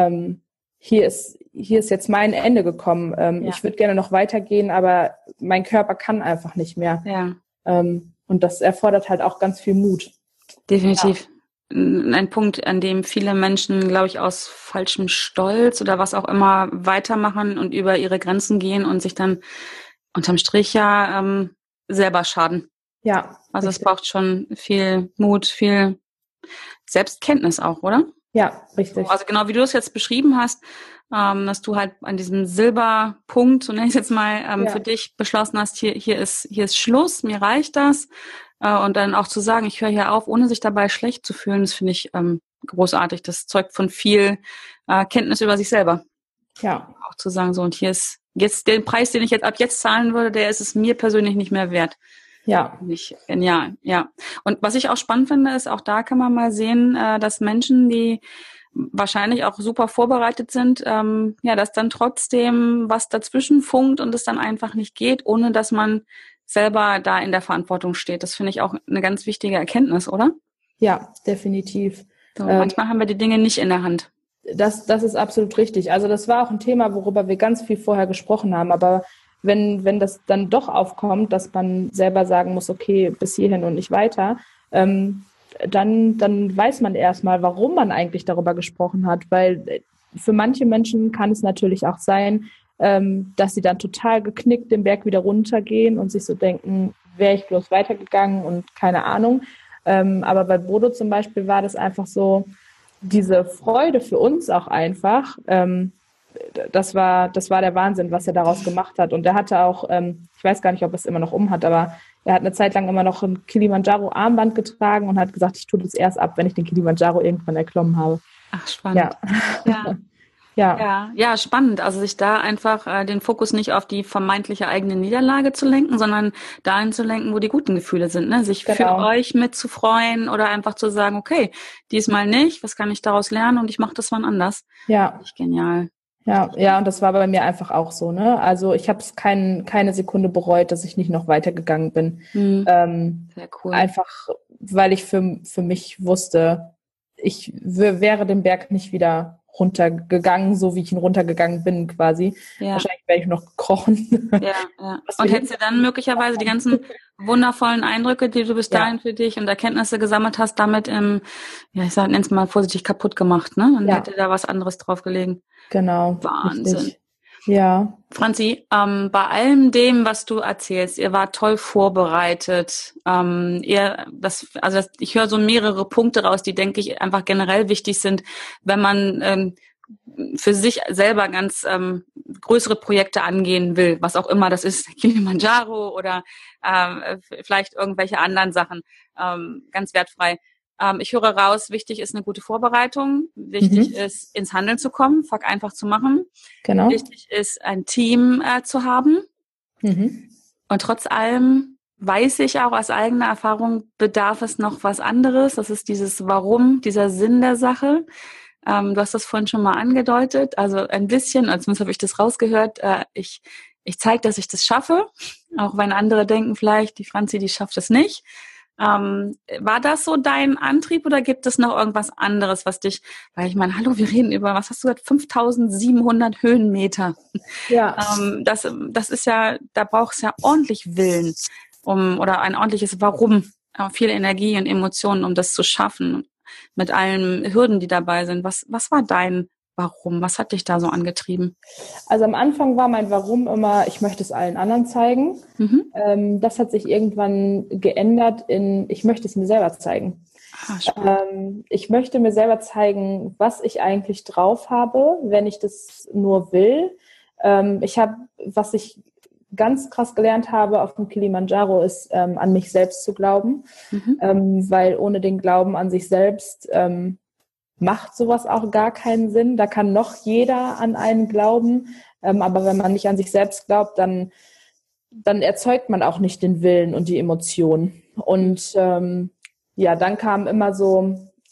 hier ist jetzt mein Ende gekommen. Ich würde gerne noch weitergehen, aber mein Körper kann einfach nicht mehr. Ja. Und das erfordert halt auch ganz viel Mut. Definitiv. Ja. Ein Punkt, an dem viele Menschen, glaube ich, aus falschem Stolz oder was auch immer weitermachen und über ihre Grenzen gehen und sich dann unterm Strich selber schaden. Ja. Also richtig. Es braucht schon viel Mut, viel Selbstkenntnis auch, oder? Ja, richtig. Also genau wie du es jetzt beschrieben hast, dass du halt an diesem Silberpunkt, so nenne ich es jetzt mal, für dich beschlossen hast, hier ist Schluss, mir reicht das. Und dann auch zu sagen, ich höre hier auf, ohne sich dabei schlecht zu fühlen, das finde ich großartig. Das zeugt von viel Kenntnis über sich selber. Ja. Auch zu sagen, so, und hier ist jetzt der Preis, den ich jetzt ab jetzt zahlen würde, der ist es mir persönlich nicht mehr wert. Ja. Nicht genial, ja. Und was ich auch spannend finde, ist, auch da kann man mal sehen, dass Menschen, die wahrscheinlich auch super vorbereitet sind, dass dann trotzdem was dazwischen funkt und es dann einfach nicht geht, ohne dass man selber da in der Verantwortung steht. Das finde ich auch eine ganz wichtige Erkenntnis, oder? Ja, definitiv. So, manchmal haben wir die Dinge nicht in der Hand. Das ist absolut richtig. Also das war auch ein Thema, worüber wir ganz viel vorher gesprochen haben. Aber wenn das dann doch aufkommt, dass man selber sagen muss, okay, bis hierhin und nicht weiter, dann weiß man erstmal, warum man eigentlich darüber gesprochen hat. Weil für manche Menschen kann es natürlich auch sein, dass sie dann total geknickt den Berg wieder runtergehen und sich so denken, wäre ich bloß weitergegangen und keine Ahnung. Aber bei Bodo zum Beispiel war das einfach so, diese Freude für uns auch einfach, das war der Wahnsinn, was er daraus gemacht hat. Und er hatte auch, ich weiß gar nicht, ob er es immer noch umhat, aber er hat eine Zeit lang immer noch ein Kilimanjaro-Armband getragen und hat gesagt, ich tue das erst ab, wenn ich den Kilimanjaro irgendwann erklommen habe. Ach, spannend. Ja, spannend. Also sich da einfach den Fokus nicht auf die vermeintliche eigene Niederlage zu lenken, sondern dahin zu lenken, wo die guten Gefühle sind, ne? Sich für euch mitzufreuen oder einfach zu sagen, okay, diesmal nicht, was kann ich daraus lernen und ich mache das wann anders. Ja. Genial. Ja, und das war bei mir einfach auch so, ne? Also ich habe es keine Sekunde bereut, dass ich nicht noch weitergegangen bin. Sehr cool. Einfach, weil ich für mich wusste, ich wäre den Berg nicht wieder runtergegangen, so wie ich ihn runtergegangen bin quasi. Ja. Wahrscheinlich wäre ich noch gekrochen. Ja. Und hättest du dann möglicherweise die ganzen wundervollen Eindrücke, die du bis dahin für dich und Erkenntnisse gesammelt hast, damit ich nenne es mal vorsichtig kaputt gemacht, ne? Dann hätte da was anderes drauf gelegen. Genau. Wahnsinn. Richtig. Ja. Franzi, bei allem dem, was du erzählst, ihr wart toll vorbereitet. Ich höre so mehrere Punkte raus, die, denke ich, einfach generell wichtig sind, wenn man für sich selber ganz größere Projekte angehen will, was auch immer das ist, Kilimanjaro oder vielleicht irgendwelche anderen Sachen, ganz wertfrei. Ich höre raus, wichtig ist eine gute Vorbereitung, wichtig ist, ins Handeln zu kommen, fuck einfach zu machen. Genau. Wichtig ist, ein Team zu haben. Und trotz allem weiß ich auch aus eigener Erfahrung, bedarf es noch was anderes. Das ist dieses Warum, dieser Sinn der Sache. Du hast das vorhin schon mal angedeutet, also ein bisschen, zumindest habe ich das rausgehört, ich zeige, dass ich das schaffe, auch wenn andere denken vielleicht, die Franzi, die schafft es nicht. War das so dein Antrieb oder gibt es noch irgendwas anderes, was dich, weil ich meine, hallo, wir reden über, was hast du gesagt, 5.700 Höhenmeter. Ja. Das ist ja, da brauchst du ja ordentlich Willen, oder ein ordentliches Warum, viel Energie und Emotionen, um das zu schaffen, mit allen Hürden, die dabei sind. Was war dein Warum? Was hat dich da so angetrieben? Also am Anfang war mein Warum immer, ich möchte es allen anderen zeigen. Das hat sich irgendwann geändert in, ich möchte es mir selber zeigen. Ich möchte mir selber zeigen, was ich eigentlich drauf habe, wenn ich das nur will. Was ich ganz krass gelernt habe auf dem Kilimanjaro, ist an mich selbst zu glauben, weil ohne den Glauben an sich selbst macht sowas auch gar keinen Sinn. Da kann noch jeder an einen glauben, aber wenn man nicht an sich selbst glaubt, dann erzeugt man auch nicht den Willen und die Emotionen. Und dann kamen immer so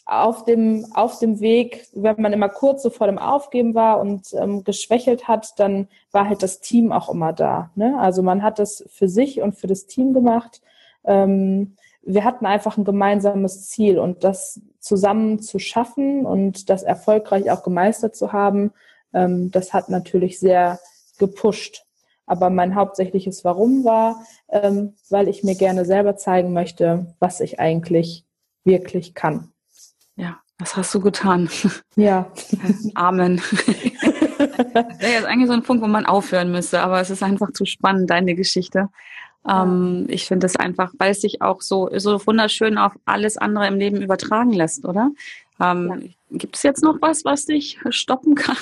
auf dem Weg, wenn man immer kurz so vor dem Aufgeben war und geschwächelt hat, dann war halt das Team auch immer da. Ne? Also man hat das für sich und für das Team gemacht. Wir hatten einfach ein gemeinsames Ziel und das zusammen zu schaffen und das erfolgreich auch gemeistert zu haben, das hat natürlich sehr gepusht. Aber mein hauptsächliches Warum war, weil ich mir gerne selber zeigen möchte, was ich eigentlich wirklich kann. Ja, das hast du getan. Ja. Amen. Das wäre jetzt eigentlich so ein Punkt, wo man aufhören müsste, aber es ist einfach zu spannend, deine Geschichte. Ich finde es einfach, weil es sich auch so wunderschön auf alles andere im Leben übertragen lässt, oder? Gibt es jetzt noch was dich stoppen kann?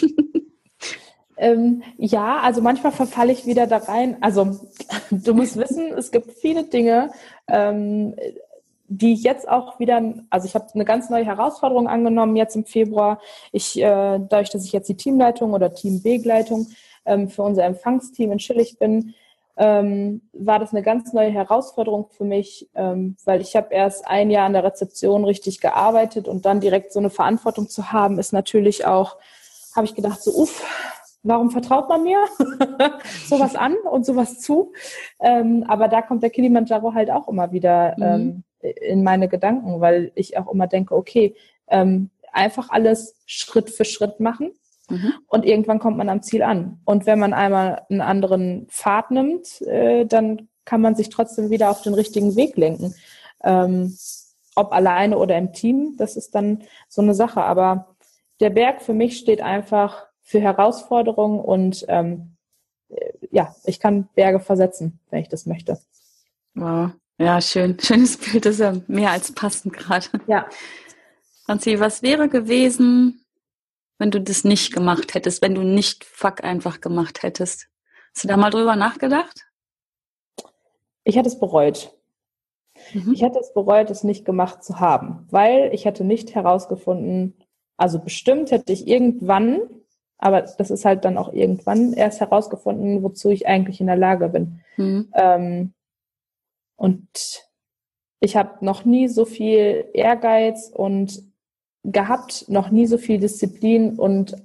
Ja, also manchmal verfalle ich wieder da rein. Also du musst wissen, es gibt viele Dinge, die ich jetzt auch wieder, also ich habe eine ganz neue Herausforderung angenommen jetzt im Februar. Dadurch, dass ich jetzt die Teamleitung oder Teambegleitung für unser Empfangsteam in Schillig bin, war das eine ganz neue Herausforderung für mich, weil ich habe erst ein Jahr an der Rezeption richtig gearbeitet und dann direkt so eine Verantwortung zu haben, ist natürlich auch, habe ich gedacht, so warum vertraut man mir sowas an und sowas zu? Aber da kommt der Kilimanjaro halt auch immer wieder in meine Gedanken, weil ich auch immer denke, okay, einfach alles Schritt für Schritt machen und irgendwann kommt man am Ziel an. Und wenn man einmal einen anderen Pfad nimmt, dann kann man sich trotzdem wieder auf den richtigen Weg lenken. Ob alleine oder im Team, das ist dann so eine Sache. Aber der Berg für mich steht einfach für Herausforderungen und ich kann Berge versetzen, wenn ich das möchte. Wow, ja, schön. Schönes Bild, das ist ja mehr als passend gerade. Ja. Franzi, was wäre gewesen, wenn du das nicht gemacht hättest, wenn du nicht Fuck einfach gemacht hättest? Hast du da mal drüber nachgedacht? Ich hätte es bereut. Ich hätte es bereut, es nicht gemacht zu haben, weil ich hätte nicht herausgefunden, also bestimmt hätte ich irgendwann, aber das ist halt dann auch irgendwann erst herausgefunden, wozu ich eigentlich in der Lage bin. Und ich habe noch nie so viel Ehrgeiz und gehabt, noch nie so viel Disziplin und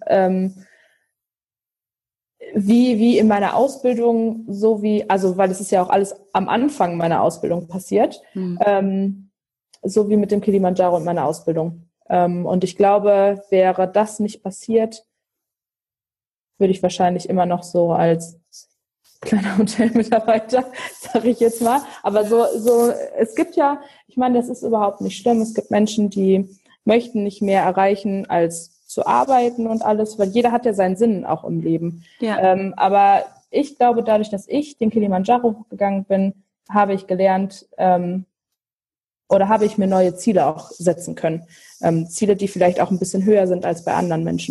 wie in meiner Ausbildung, weil es ist ja auch alles am Anfang meiner Ausbildung passiert, so wie mit dem Kilimanjaro und meiner Ausbildung. Und ich glaube, wäre das nicht passiert, würde ich wahrscheinlich immer noch so als kleiner Hotelmitarbeiter, sage ich jetzt mal. Aber es gibt ja, ich meine, das ist überhaupt nicht schlimm. Es gibt Menschen, die möchten nicht mehr erreichen, als zu arbeiten und alles, weil jeder hat ja seinen Sinn auch im Leben. Ja. Aber ich glaube, dadurch, dass ich den Kilimanjaro hochgegangen bin, habe ich gelernt, oder habe ich mir neue Ziele auch setzen können. Ziele, die vielleicht auch ein bisschen höher sind als bei anderen Menschen.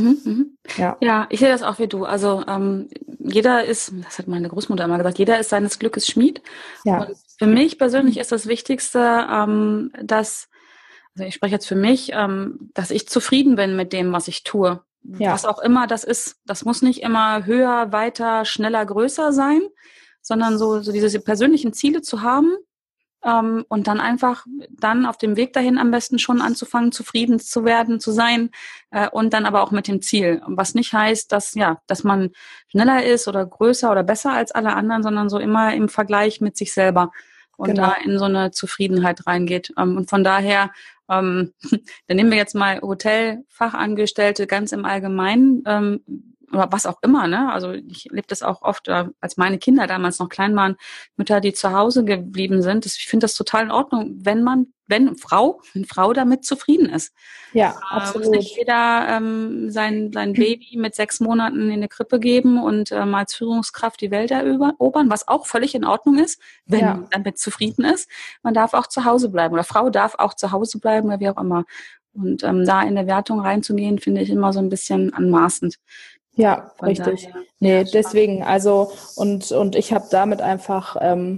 Ja, ich sehe das auch wie du. Also jeder ist, das hat meine Großmutter immer gesagt, jeder ist seines Glückes Schmied. Ja. Und für mich persönlich ist das Wichtigste, also ich spreche jetzt für mich, dass ich zufrieden bin mit dem, was ich tue. Ja. Was auch immer das ist. Das muss nicht immer höher, weiter, schneller, größer sein, sondern so diese persönlichen Ziele zu haben. Und dann einfach auf dem Weg dahin am besten schon anzufangen, zufrieden zu werden, zu sein und dann aber auch mit dem Ziel. Was nicht heißt, dass man schneller ist oder größer oder besser als alle anderen, sondern so immer im Vergleich mit sich selber und da in so eine Zufriedenheit reingeht. Und von daher, dann nehmen wir jetzt mal Hotelfachangestellte ganz im Allgemeinen, oder was auch immer, ne? Also ich lebe das auch oft, als meine Kinder damals noch klein waren, Mütter, die zu Hause geblieben sind. Ich finde das total in Ordnung, wenn eine Frau damit zufrieden ist. Ja, absolut. Muss nicht jeder sein Baby mit 6 Monaten in eine Krippe geben und als Führungskraft die Welt erobern, was auch völlig in Ordnung ist, wenn man damit zufrieden ist. Man darf auch zu Hause bleiben oder Frau darf auch zu Hause bleiben oder wie auch immer. Und da in der Wertung reinzugehen, finde ich immer so ein bisschen anmaßend. Ja, von richtig. Daher, nee, deswegen, also, und ich habe damit einfach,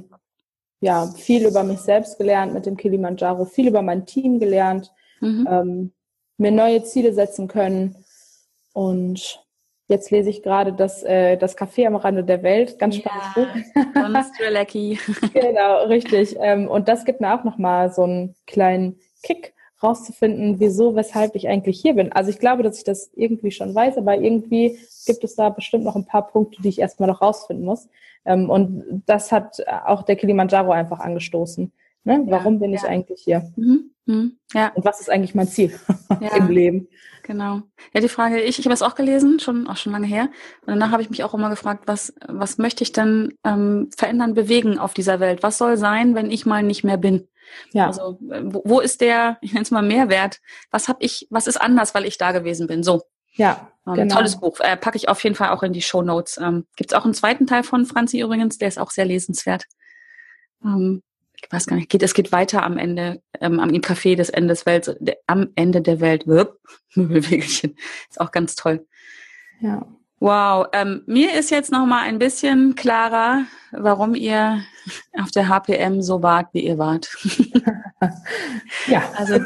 viel über mich selbst gelernt mit dem Kilimanjaro, viel über mein Team gelernt, mir neue Ziele setzen können. Und jetzt lese ich gerade das Café am Rande der Welt, ganz spannendes Buch. Von Strzelecki. Genau, richtig. Und das gibt mir auch nochmal so einen kleinen Kick rauszufinden, wieso, weshalb ich eigentlich hier bin. Also ich glaube, dass ich das irgendwie schon weiß, aber irgendwie gibt es da bestimmt noch ein paar Punkte, die ich erstmal noch rausfinden muss. Und das hat auch der Kilimanjaro einfach angestoßen. Ne? Warum bin ich eigentlich hier? Ja. Und was ist eigentlich mein Ziel im Leben? Genau. Ja, die Frage, ich habe es auch gelesen, auch schon lange her. Und danach habe ich mich auch immer gefragt, was möchte ich denn verändern, bewegen auf dieser Welt? Was soll sein, wenn ich mal nicht mehr bin? Ja. Also wo ist der, ich nenne es mal Mehrwert? Was ist anders, weil ich da gewesen bin? So. Ja, genau. Tolles Buch. Packe ich auf jeden Fall auch in die Shownotes. Gibt es auch einen zweiten Teil von Franzi übrigens, der ist auch sehr lesenswert. Ich weiß gar nicht, es geht weiter am Ende, im Café des Endes Welt, am Ende der Welt. Möbelwegelchen. Ist auch ganz toll. Ja. Wow. Mir ist jetzt noch mal ein bisschen klarer, warum ihr auf der HPM so wart, wie ihr wart. Ja. Also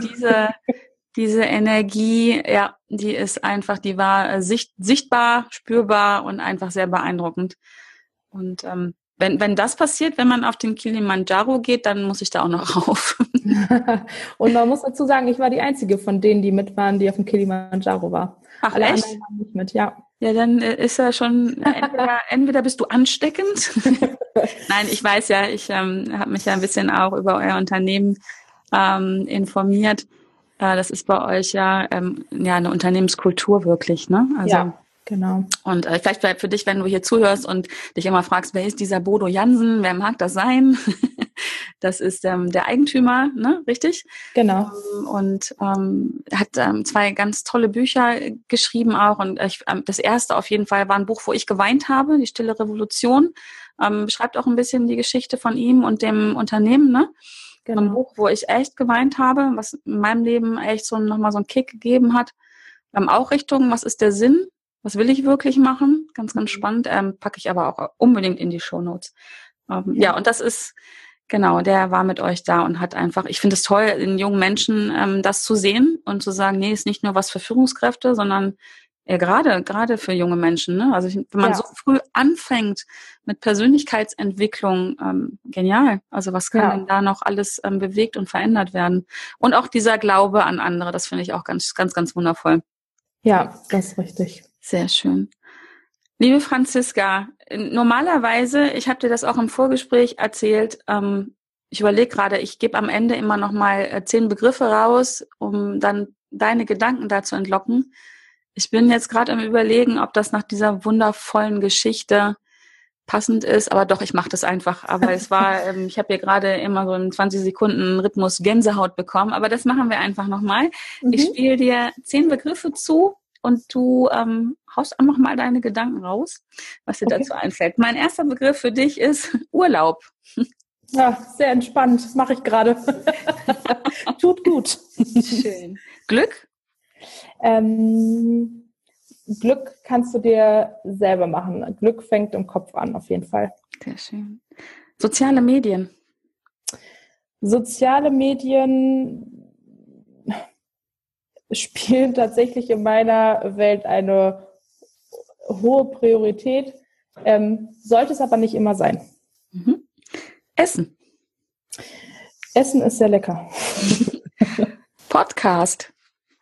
diese Energie, ja, die ist einfach, die war sichtbar, spürbar und einfach sehr beeindruckend. Und wenn das passiert, wenn man auf den Kilimanjaro geht, dann muss ich da auch noch rauf. Und man muss dazu sagen, ich war die Einzige von denen, die mit waren, die auf dem Kilimanjaro war. Ach, alle echt? Anderen waren nicht mit, ja. Ja, dann ist ja schon, entweder bist du ansteckend. Nein, ich weiß ja, ich habe mich ja ein bisschen auch über euer Unternehmen informiert. Das ist bei euch ja eine Unternehmenskultur wirklich, ne? Also, ja. Genau. Und vielleicht bleibt für dich, wenn du hier zuhörst und dich immer fragst, wer ist dieser Bodo Jansen, wer mag das sein? Das ist der Eigentümer, ne? Richtig? Genau. Und hat 2 ganz tolle Bücher geschrieben auch. Und das erste auf jeden Fall war ein Buch, wo ich geweint habe, Die Stille Revolution. Beschreibt auch ein bisschen die Geschichte von ihm und dem Unternehmen, ne? Genau. Ein Buch, wo ich echt geweint habe, was in meinem Leben echt nochmal so einen Kick gegeben hat. Auch Richtung, was ist der Sinn? Was will ich wirklich machen? Ganz, ganz spannend. Packe ich aber auch unbedingt in die Shownotes. Ja, und das ist, genau, der war mit euch da und hat einfach, ich finde es toll, in jungen Menschen das zu sehen und zu sagen, nee, ist nicht nur was für Führungskräfte, sondern gerade für junge Menschen. Ne? Also wenn man so früh anfängt mit Persönlichkeitsentwicklung, genial. Also was kann denn da noch alles bewegt und verändert werden? Und auch dieser Glaube an andere, das finde ich auch ganz, ganz, ganz wundervoll. Ja, das ist richtig. Sehr schön. Liebe Franziska, normalerweise, ich habe dir das auch im Vorgespräch erzählt, ich überlege gerade, ich gebe am Ende immer noch mal 10 Begriffe raus, um dann deine Gedanken da zu entlocken. Ich bin jetzt gerade am Überlegen, ob das nach dieser wundervollen Geschichte passend ist, aber doch, ich mache das einfach. Aber es war, ich habe hier gerade immer so im 20 Sekunden Rhythmus Gänsehaut bekommen, aber das machen wir einfach nochmal. Ich spiele dir 10 Begriffe zu und du haust einfach mal deine Gedanken raus, was dir dazu einfällt. Mein erster Begriff für dich ist Urlaub. Ja, sehr entspannt, mache ich gerade. Tut gut. Schön. Glück? Glück kannst du dir selber machen. Glück fängt im Kopf an, auf jeden Fall. Sehr schön. Soziale Medien? Soziale Medien spielen tatsächlich in meiner Welt eine hohe Priorität, sollte es aber nicht immer sein. Essen? Essen ist sehr lecker. Podcast?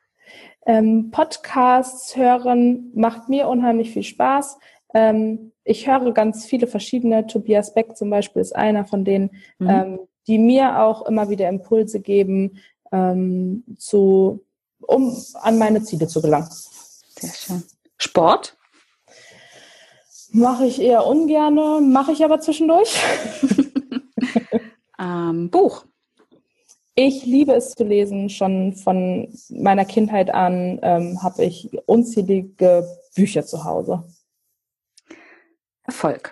Podcasts hören macht mir unheimlich viel Spaß. Ich höre ganz viele verschiedene. Tobias Beck zum Beispiel ist einer von denen, die mir auch immer wieder Impulse geben, um an meine Ziele zu gelangen. Sehr schön. Sport? Mache ich eher ungerne, mache ich aber zwischendurch. Buch? Ich liebe es zu lesen. Schon von meiner Kindheit an habe ich unzählige Bücher zu Hause. Erfolg?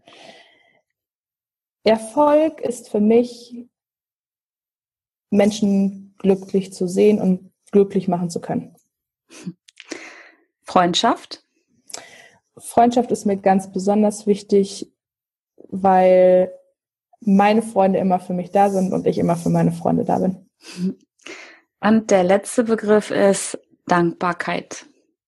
Erfolg ist für mich, Menschen glücklich zu sehen und glücklich machen zu können. Freundschaft? Freundschaft ist mir ganz besonders wichtig, weil meine Freunde immer für mich da sind und ich immer für meine Freunde da bin. Und der letzte Begriff ist Dankbarkeit.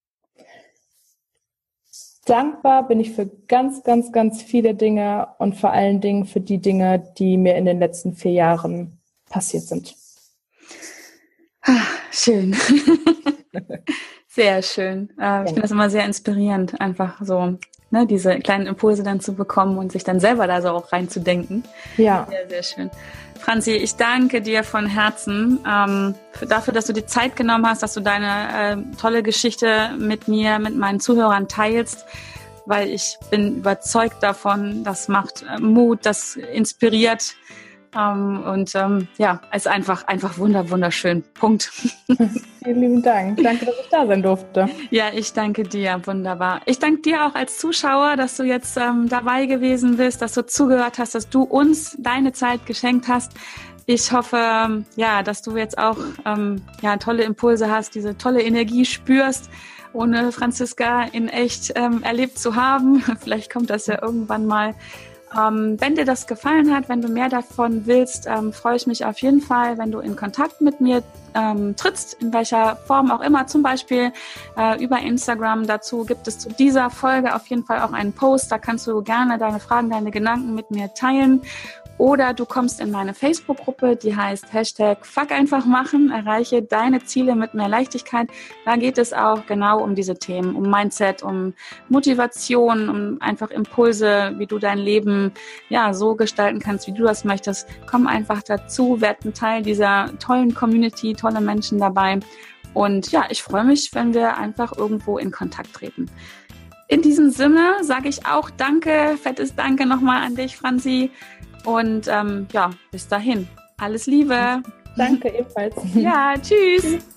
Dankbar bin ich für ganz, ganz, ganz viele Dinge und vor allen Dingen für die Dinge, die mir in den letzten 4 Jahren passiert sind. Schön. Sehr schön. Ich finde das immer sehr inspirierend, einfach so, ne, diese kleinen Impulse dann zu bekommen und sich dann selber da so auch reinzudenken. Ja. Sehr, sehr schön. Franzi, ich danke dir von Herzen dafür, dass du die Zeit genommen hast, dass du deine tolle Geschichte mit mir, mit meinen Zuhörern teilst, weil ich bin überzeugt davon, das macht Mut, das inspiriert. Ist einfach wunderschön. Punkt. Vielen lieben Dank. Danke, dass ich da sein durfte. Ja, ich danke dir. Wunderbar. Ich danke dir auch als Zuschauer, dass du jetzt dabei gewesen bist, dass du zugehört hast, dass du uns deine Zeit geschenkt hast. Ich hoffe, dass du jetzt auch tolle Impulse hast, diese tolle Energie spürst, ohne Franziska in echt erlebt zu haben. Vielleicht kommt das ja irgendwann mal. Wenn dir das gefallen hat, wenn du mehr davon willst, freue ich mich auf jeden Fall, wenn du in Kontakt mit mir trittst, in welcher Form auch immer, zum Beispiel über Instagram. Dazu gibt es zu dieser Folge auf jeden Fall auch einen Post, da kannst du gerne deine Fragen, deine Gedanken mit mir teilen. Oder du kommst in meine Facebook-Gruppe, die heißt #FuckEinfachMachen, erreiche deine Ziele mit mehr Leichtigkeit. Da geht es auch genau um diese Themen, um Mindset, um Motivation, um einfach Impulse, wie du dein Leben so gestalten kannst, wie du das möchtest. Komm einfach dazu, werd ein Teil dieser tollen Community, tolle Menschen dabei. Und ich freue mich, wenn wir einfach irgendwo in Kontakt treten. In diesem Sinne sage ich auch Danke, fettes Danke nochmal an dich, Franzi. Und bis dahin. Alles Liebe. Danke ebenfalls. Ja, tschüss.